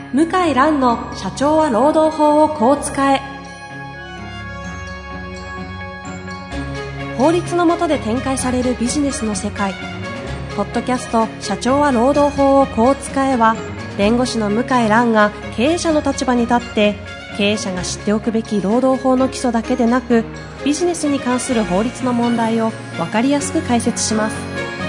向井蘭の社長は労働法をこう使え。法律の下で展開されるビジネスの世界。ポッドキャスト社長は労働法をこう使えは、弁護士の向井蘭が経営者の立場に立って経営者が知っておくべき労働法の基礎だけでなく、ビジネスに関する法律の問題を分かりやすく解説します。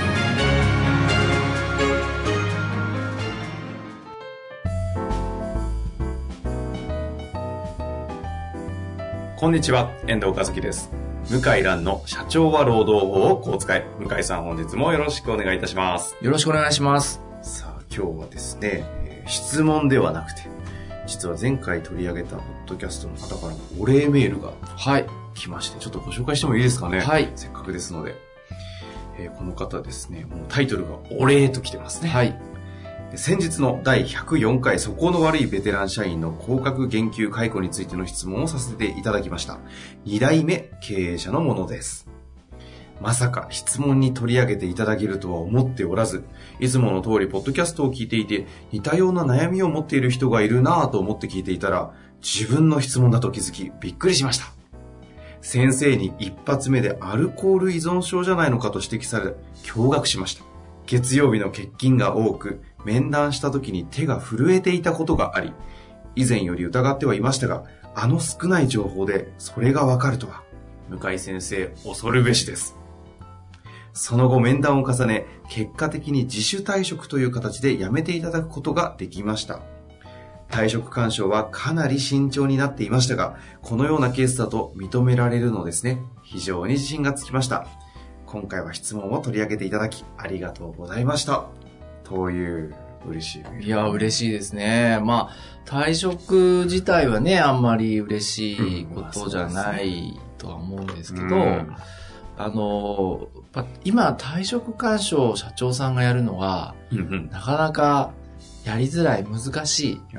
こんにちは、遠藤和樹です。向井蘭の社長は労働法をこう使え。向井さん、本日もよろしくお願いいたします。 よろしくお願いします。 さあ、今日はですね、質問ではなくて、実は前回取り上げたポッドキャストの方からのお礼メールが来まして、ちょっとご紹介してもいいですかね。 はい。 せっかくですので。この方ですね、もうタイトルがお礼と来てますね。 はい。 先日の第104回素行の悪いベテラン社員の降格減給解雇についての質問をさせていただきました。2代目経営者のものです。まさか質問に取り上げていただけるとは思っておらず、いつもの通りポッドキャストを聞いていて、似たような悩みを持っている人がいるなぁと思って聞いていたら、自分の質問だと気づきびっくりしました。先生に一発目でアルコール依存症じゃないのかと指摘され、驚愕しました。月曜日の欠勤が多く、面談した時に手が震えていたことがあり、以前より疑ってはいましたが、あの少ない情報でそれがわかるとは、向井先生恐るべしです。その後面談を重ね、結果的に自主退職という形で辞めていただくことができました。退職勧奨はかなり慎重になっていましたが、このようなケースだと認められるのですね。非常に自信がつきました。今回は質問を取り上げていただきありがとうございました。という嬉しい。 いや、嬉しいですね。まあ、退職自体はね、あんまり嬉しいことじゃないとは思うんですけど、今、退職勧奨を社長さんがやるのは、なかなかやりづらい、難しい。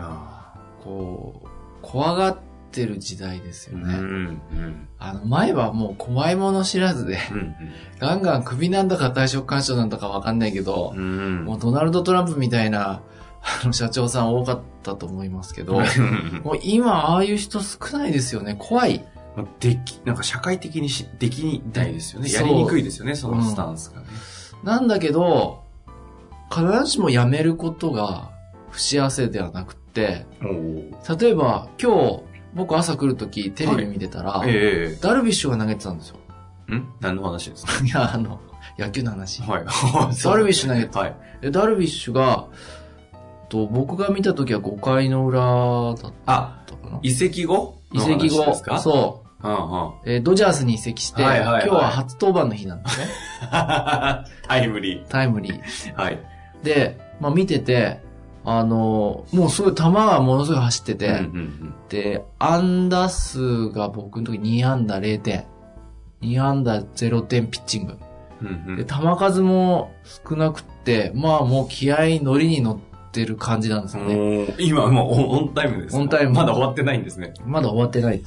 怖がってる時代ですよね。前はもう怖いもの知らずで、ガンガン首なんだか退職勧奨なんだかわかんないけど、もうドナルド・トランプみたいな社長さん多かったと思いますけど、もう今ああいう人少ないですよね。怖い。 なんか社会的にできないですよね。やりにくいですよね、そのスタンスがね。 なんだけど、必ずしも辞めることが不幸せではなくって、例えば今日、僕朝来るときテレビ見てたら、ダルビッシュが投げてたんですよ。 何の話ですか？ いや、野球の話。 はい。 ダルビッシュ投げてた。で、ダルビッシュが、僕が見たときは5回の裏だったかな。 移籍後移籍後。そう。ドジャースに移籍して、今日は初登板の日なんですね。 タイムリー。 はい。 で、見てて、もうすごい球がものすごい走ってて、で、安打数が僕の時2安打0点。2安打0点ピッチング。で、球数も少なくって、もう気合ノリに乗ってる感じなんですよね。 今もうオンタイムです。 オンタイム。 まだ終わってないんですね。 まだ終わってないです。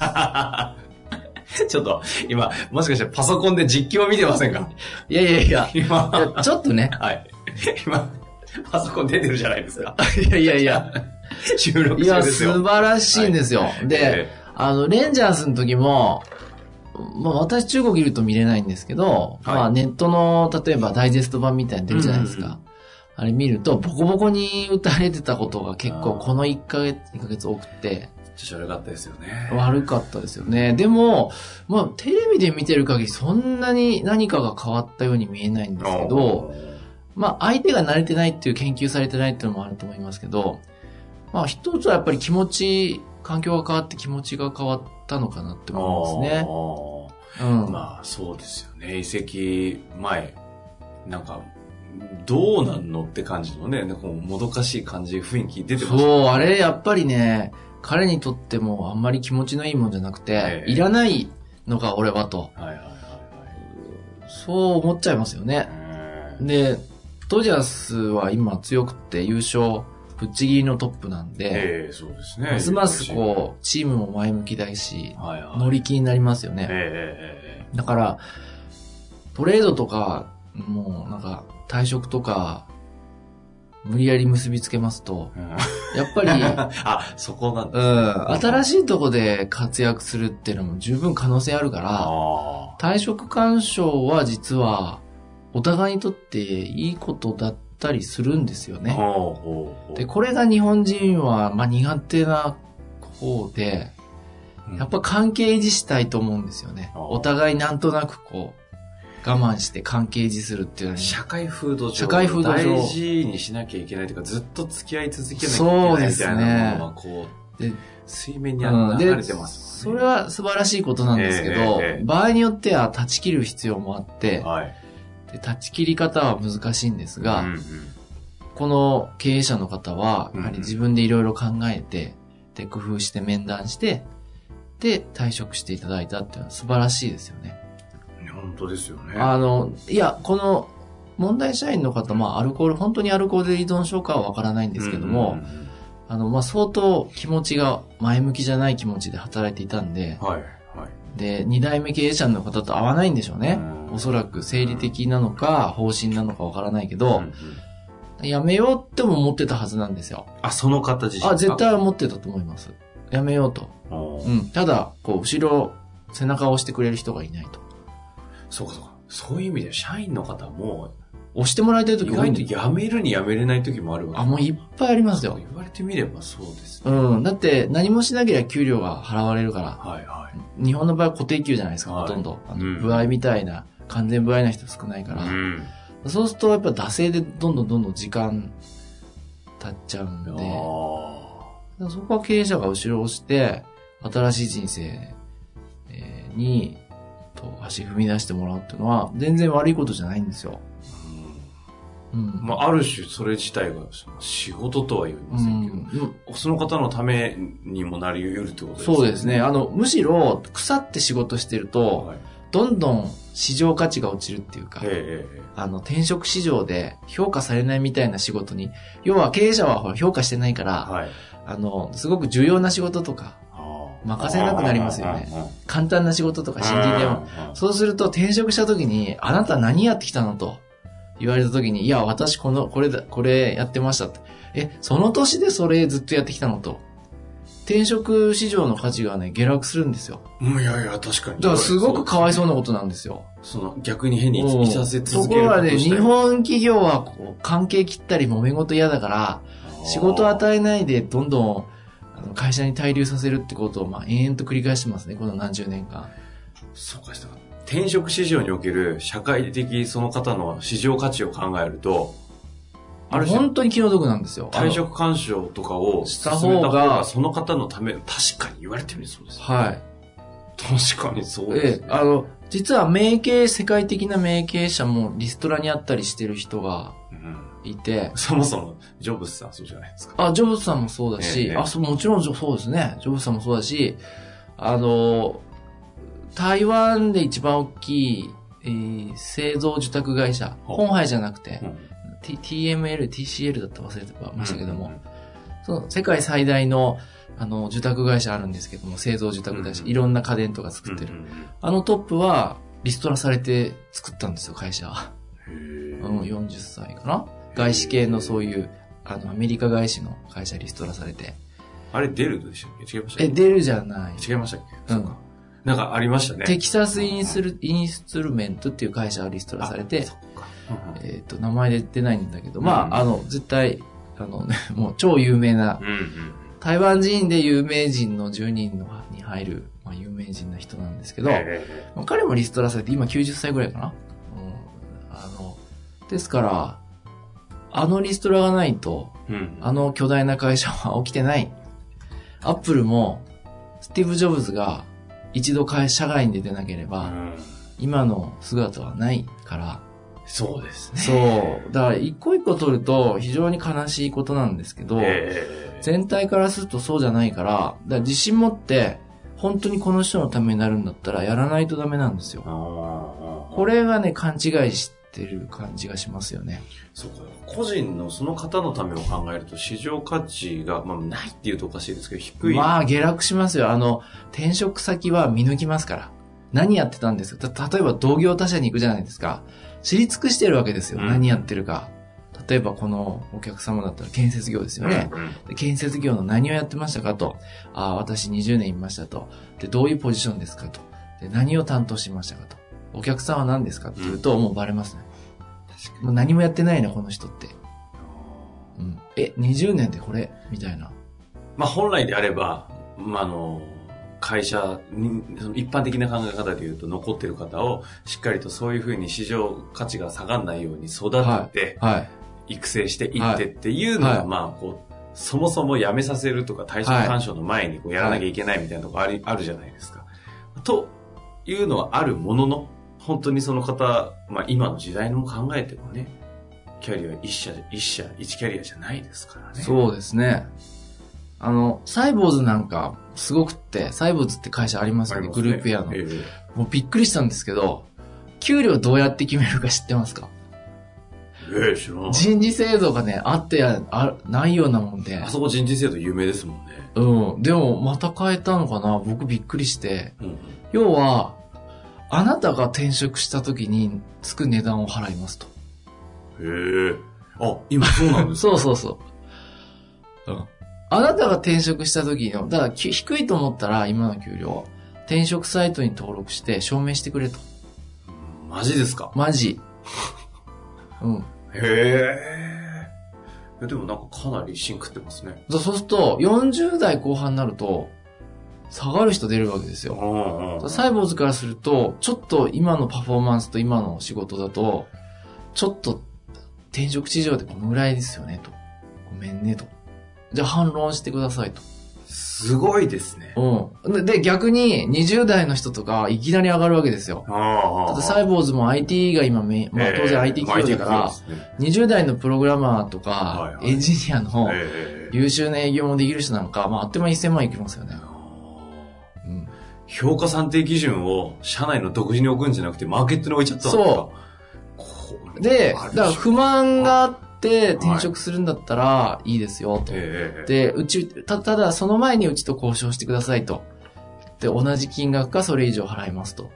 ちょっと、今、もしかしてパソコンで実況見てませんか？ いや、ちょっとね。 はい。今、パソコン出てるじゃないですか。 いや。 収録中ですよ。 素晴らしいんですよ。で、レンジャーズの時も、私中国いると見れないんですけど、ネットの、例えばダイジェスト版みたいに出るじゃないですか。あれ見ると、ボコボコに打たれてたことが結構この1ヶ月多くて、 調子悪かったですよね。 悪かったですよね。でも、テレビで見てる限りそんなに何かが変わったように見えないんですけど、相手が慣れてないっていう研究されてないっていうのもあると思いますけど、一つはやっぱり環境が変わって気持ちが変わったのかなって思いますね。 そうですよね。移籍前、なんか、どうなんのって感じのね、なんかもどかしい感じ、雰囲気出てましたね。 そう、あれやっぱりね、彼にとってもあんまり気持ちのいいもんじゃなくて、いらないのが俺はと。そう思っちゃいますよね。で、ドジャースは今強くって優勝、ぶっちぎりのトップなんで、 そうですね。 ますますチームも前向きだし、乗り気になりますよね。だから、トレードとか、もう退職とか、無理やり結びつけますと、 やっぱり、 あ、そこなんだ。 新しいとこで活躍するっていうのも十分可能性あるから、退職干渉は実はお互いにとっていいことだったりするんですよね。で、これが日本人は苦手な方で、やっぱ関係維持したいと思うんですよね。お互いなんとなく我慢して関係維持するっていうのは、 社会風土上大事にしなきゃいけないというか、ずっと付き合い続けなきゃいけないみたいなものがで水面に流れてます、 それは素晴らしいことなんですけど、場合によっては断ち切る必要もあって、で断ち切り方は難しいんですが、この経営者の方はやはり自分でいろいろ考えて、で工夫して面談してで退職していただいたっていうのは素晴らしいですよね。 本当ですよね。 いや、この問題社員の方、本当にアルコールで依存症かはわからないんですけども、相当気持ちが前向きじゃない気持ちで働いていたんで、で、2代目経営者の方と合わないんでしょうね。おそらく生理的なのか、方針なのかわからないけど、やめようっても思ってたはずなんですよ。 その方自身。 絶対思ってたと思います。やめようと。ただ、後ろ、背中を押してくれる人がいないと。 そうか。そういう意味で、社員の方も、 押してもらいたい時意外とやめるにやめれない時もあるわけ。 もういっぱいありますよ。 言われてみればそうですね。 だって何もしなければ給料が払われるから。日本の場合は固定給じゃないですか、ほとんど。歩合みたいな、完全歩合な人少ないから。そうするとやっぱ惰性でどんどん時間経っちゃうんで、そこは経営者が後ろを押して、新しい人生に足踏み出してもらうっていうのは全然悪いことじゃないんですよ。 ある種それ自体が仕事とは言いませんけど、その方のためにもなり得るってことですね。 そうですね。むしろ腐って仕事してると、どんどん市場価値が落ちるっていうか、転職市場で評価されないみたいな仕事に、要は経営者は評価してないから、すごく重要な仕事とか、任せなくなりますよね。簡単な仕事とか新人でも。そうすると転職した時に、あなた何やってきたのと言われた時に、いや、私これやってましたって。その年でそれずっとやってきたのと。転職市場の価値がね、下落するんですよ。 いや、確かに。 だからすごくかわいそうなことなんですよ。 逆に変に突きさせ続ける。 ところがね、日本企業は関係切ったり揉め事嫌だから、仕事を与えないでどんどん会社に滞留させるってことを延々と繰り返してますね、この何十年間。 そうか、転職市場における社会的その方の市場価値を考えると、 本当に気の毒なんですよ。 退職干渉とかをした方が、 その方のため、確かに言われてみるそうです。確かにそうですね。 実は世界的な名経営者もリストラにあったりしてる人がいて、 そもそもジョブズさんそうじゃないですか。 ジョブズさんもそうだし、もちろんそうですね。ジョブズさんもそうだし、台湾で一番大きい、製造受託会社、本杯じゃなくて、TML、TCL だったら忘れてましたけども、世界最大の受託会社あるんですけども、製造受託会社、いろんな家電とか作ってる。トップはリストラされて作ったんですよ、会社は。40歳かな。外資系のそういう、アメリカ外資の会社リストラされて。 あれ、デルでしたっけ？違いましたっけ？ デルじゃない。 違いましたっけ？そうか。なんかありましたね。 テキサスインストゥルメントっていう会社がリストラされて、名前出ないんだけど、絶対、もう超有名な、台湾人で有名人の10人に入る、有名人な人なんですけど、彼もリストラされて、今90歳ぐらいかな。ですから、リストラがないと、巨大な会社は起きてない。アップルも、スティーブ・ジョブズが一度社外に出てなければ、今の姿はないから。 そうですね。 そう。だから一個一個取ると非常に悲しいことなんですけど、全体からするとそうじゃないから、だから自信持って、本当にこの人のためになるんだったらやらないとダメなんですよ。これがね、勘違いしてる感じがしますよね。 そうか。個人のその方のためを考えると市場価値が、ないっていうとおかしいですけど、低い。 下落しますよ。転職先は見抜きますから。何やってたんですか？例えば同業他社に行くじゃないですか。知り尽くしてるわけですよ。何やってるか。 例えばこのお客様だったら建設業ですよね。で建設業の何をやってましたかと。私20年いましたと。で、どういうポジションですかと。で、何を担当しましたかと。お客さんは何ですかって言うと、もうバレますね。もう何もやってないね、この人って。20年でこれみたいな。 本来であれば、会社に、一般的な考え方で言うと残っている方をしっかりとそういうふうに市場価値が下がらないように育てて、育成していってっていうのが、そもそも辞めさせるとか退職勧奨の前にやらなきゃいけないみたいなところあるじゃないですか。というのはあるものの、本当にその方、今の時代の考えてもね、キャリア一キャリアじゃないですからね。 そうですね。サイボーズなんか、すごくって、サイボーズって会社ありますよね、グループエアの。もうびっくりしたんですけど、給料どうやって決めるか知ってますか？ 知らない。 人事制度がね、ないようなもんで。 あそこ人事制度有名ですもんね。 でも、また変えたのかな？僕びっくりして。要は、あなたが転職した時につく値段を払いますと。 今そうなんですか？そう。あなたが転職した時の、だから低いと思ったら今の給料、転職サイトに登録して証明してくれと。 マジですか？ マジ。 でもなんかかなり芯食ってますね。 そうすると、40代後半になると、下がる人出るわけですよ。サイボーズからすると、ちょっと今のパフォーマンスと今の仕事だと、ちょっと転職市場でこのぐらいですよねと。ごめんねと。じゃあ反論してくださいと。 すごいですね。 で、逆に20代の人とかいきなり上がるわけですよ。だってサイボーズも IT が今当然 IT 企業だから、20代のプログラマーとか、エンジニアの優秀な営業もできる人なんか、あっという間に1000万いきますよね。 評価算定基準を社内の独自に置くんじゃなくてマーケットに置いちゃったんですか？ そう。で、だから不満があって転職するんだったらいいですよと。で、ただその前にうちと交渉してくださいと。で、同じ金額かそれ以上払いますと。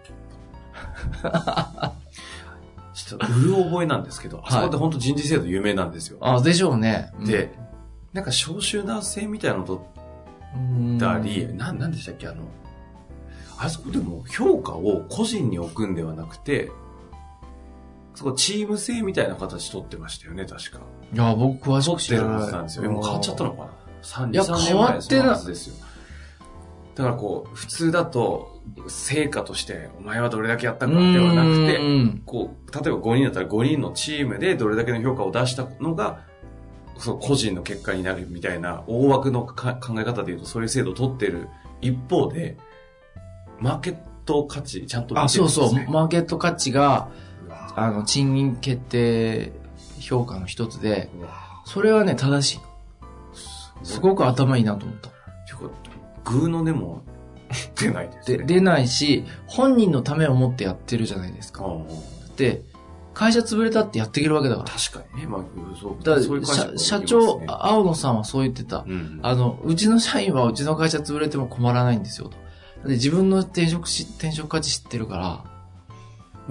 ちょっとうる覚えなんですけど、あそこって本当人事制度有名なんですよ。 でしょうね。 で、なんか招集男性みたいなのとったり、なんでしたっけあそこでも評価を個人に置くんではなくて、そこチーム制みたいな形取ってましたよね、確か。 いや、僕詳しく知らない。 取ってるはずなんですよ。もう変わっちゃったのかな？ 3年変わってない。 ですよ。だから普通だと、成果として、お前はどれだけやったかではなくて、例えば5人だったら5人のチームでどれだけの評価を出したのが、個人の結果になるみたいな大枠の考え方でいうとそういう制度を取ってる一方で、マーケット価値ちゃんと見てるんですね。 そう、マーケット価値が、賃金決定評価の一つで、それはね、正しい。すごく頭いいなと思った。 グーの根も出ないですね。 出ないし、本人のためを思ってやってるじゃないですか。で、会社潰れたってやっていけるわけだから。 確かにね。 そういう社長、青野さんはそう言ってた。うちの社員はうちの会社潰れても困らないんですよと。で自分の転職価値知ってるから。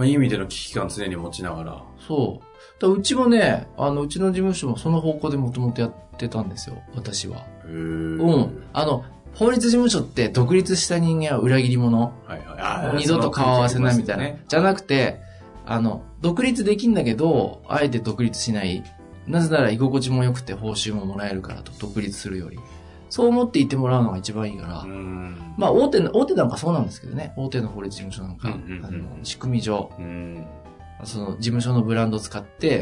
いい意味での危機感常に持ちながら。 そう。うちもね、うちの事務所もその方向でもともとやってたんですよ、私は。法律事務所って独立した人間は裏切り者。二度と顔合わせないみたいな。じゃなくて、独立できんだけど、あえて独立しない。なぜなら居心地も良くて報酬ももらえるからと、独立するより。そう思っていてもらうのが一番いいから。大手なんかそうなんですけどね。大手の法律事務所なんか、仕組み上、その事務所のブランドを使って、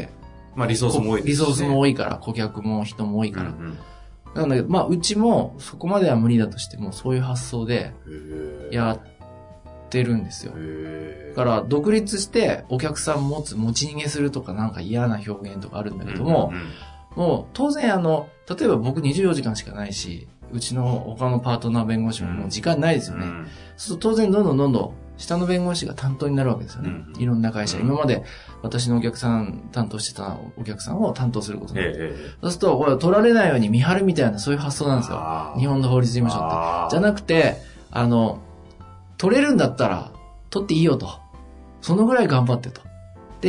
リソースも多いですね。 リソースも多いから、顧客も人も多いから。なんだけど、うちもそこまでは無理だとしても、そういう発想でやってるんですよ。だから、独立してお客さん持ち逃げするとかなんか嫌な表現とかあるんだけども、もう当然例えば僕24時間しかないし、うちの他のパートナー弁護士ももう時間ないですよね。そうすると当然どんどん下の弁護士が担当になるわけですよね。いろんな会社。今まで私のお客さん担当してたお客さんを担当することになる。そうすると、これ取られないように見張るみたいなそういう発想なんですよ。日本の法律事務所って。じゃなくて、取れるんだったら取っていいよと。そのぐらい頑張ってと。で、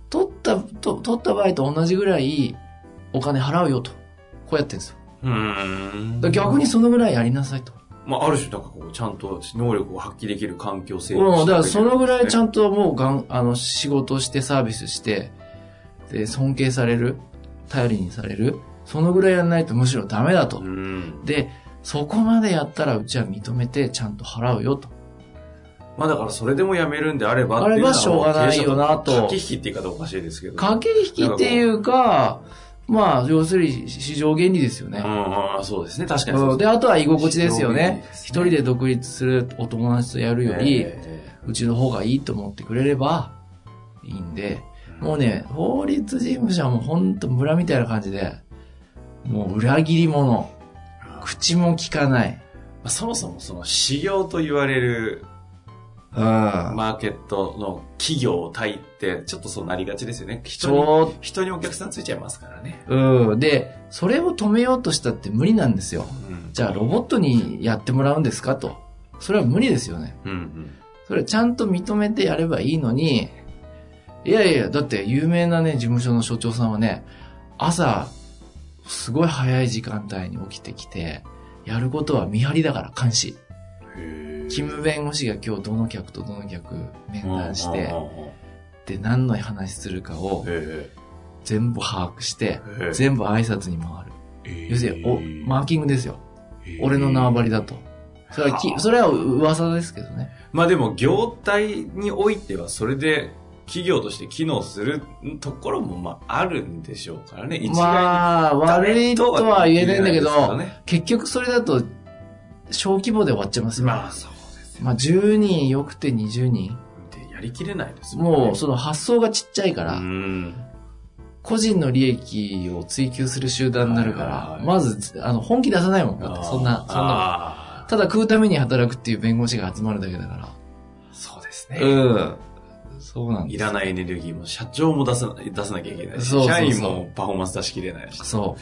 取った場合と同じぐらいお金払うよと。こうやってるんですよ。だから逆にそのぐらいやりなさいと。 まあ、ある種、なんかこう、ちゃんと能力を発揮できる環境性、 だからそのぐらいちゃんともう仕事してサービスして、で、尊敬される、頼りにされる、そのぐらいやらないとむしろダメだと。で、そこまでやったらうちは認めてちゃんと払うよと。 まあだからそれでもやめるんであればあればしょうがないよなと。 駆け引きって言い方おかしいですけど。 駆け引きっていうか、まあ、要するに市場原理ですよね。 そうですね。確かにそうです。 で、あとは居心地ですよね。一人で独立するお友達とやるより、うちの方がいいと思ってくれればいいんで、もうね、法律事務所はもうほんと村みたいな感じで、もう裏切り者。口も利かない。 そもそもその修行と言われる、マーケットの企業対ってちょっとそうなりがちですよね。人にお客さんついちゃいますからね。 で、それを止めようとしたって無理なんですよ。じゃあロボットにやってもらうんですかと。それは無理ですよね。それちゃんと認めてやればいいのに、いやいや、だって有名なね、事務所の所長さんはね、朝、すごい早い時間帯に起きてきて、やることは見張りだから監視。キム弁護士が今日どの客とどの客面談して、で、何の話するかを全部把握して、全部挨拶に回る。要するにマーキングですよ。俺の縄張りだと。それは噂ですけどね。 まあでも業態においてはそれで企業として機能するところもまああるんでしょうからね。 まあ悪いとは言えないんだけど、結局それだと小規模で終わっちゃいますよ。 まあそうですよ。 まあ10人よくて20人。 でやりきれないですもんね。 もうその発想がちっちゃいから、個人の利益を追求する集団になるから、まず本気出さないもん。だってそんな。ただ食うために働くっていう弁護士が集まるだけだから。 そうですね。 そうなんです。 いらないエネルギーも社長も出さなきゃいけないし、社員もパフォーマンス出しきれないし。 そう。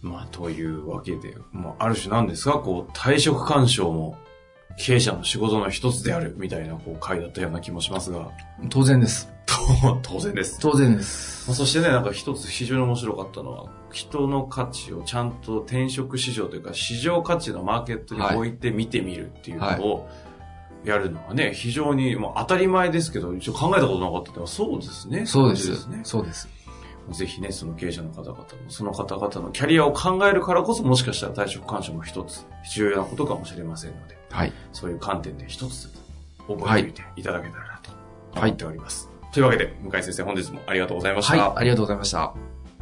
まあ、というわけで、もうある種なんですが、こう、退職勧奨も経営者の仕事の一つであるみたいな、こう、回だったような気もしますが。 当然です。 当然です。 当然です。 そしてね、なんか一つ非常に面白かったのは、人の価値をちゃんと転職市場というか、市場価値のマーケットに置いて見てみるっていうのを、やるのはね、非常に、まあ、当たり前ですけど、一応考えたことなかったのは、そうですね。 そうですね。そうです。 ぜひね、その経営者の方々も、その方々のキャリアを考えるからこそ、もしかしたら退職勧奨も一つ重要なことかもしれませんので、そういう観点で一つ覚えてみていただけたらなと思っております。というわけで、向井先生、本日もありがとうございました。 ありがとうございました。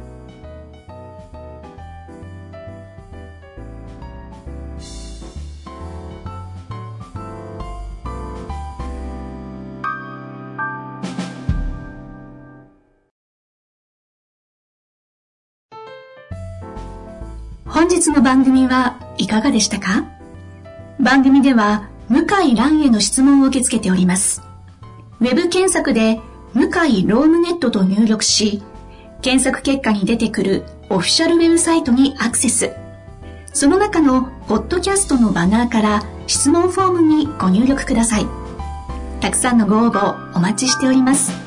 本日の番組はいかがでしたか？番組では向井蘭への質問を受け付けております。ウェブ検索で向井ロームネットと入力し、検索結果に出てくるオフィシャルウェブサイトにアクセス。その中のポッドキャストのバナーから質問フォームにご入力ください。たくさんのご応募お待ちしております。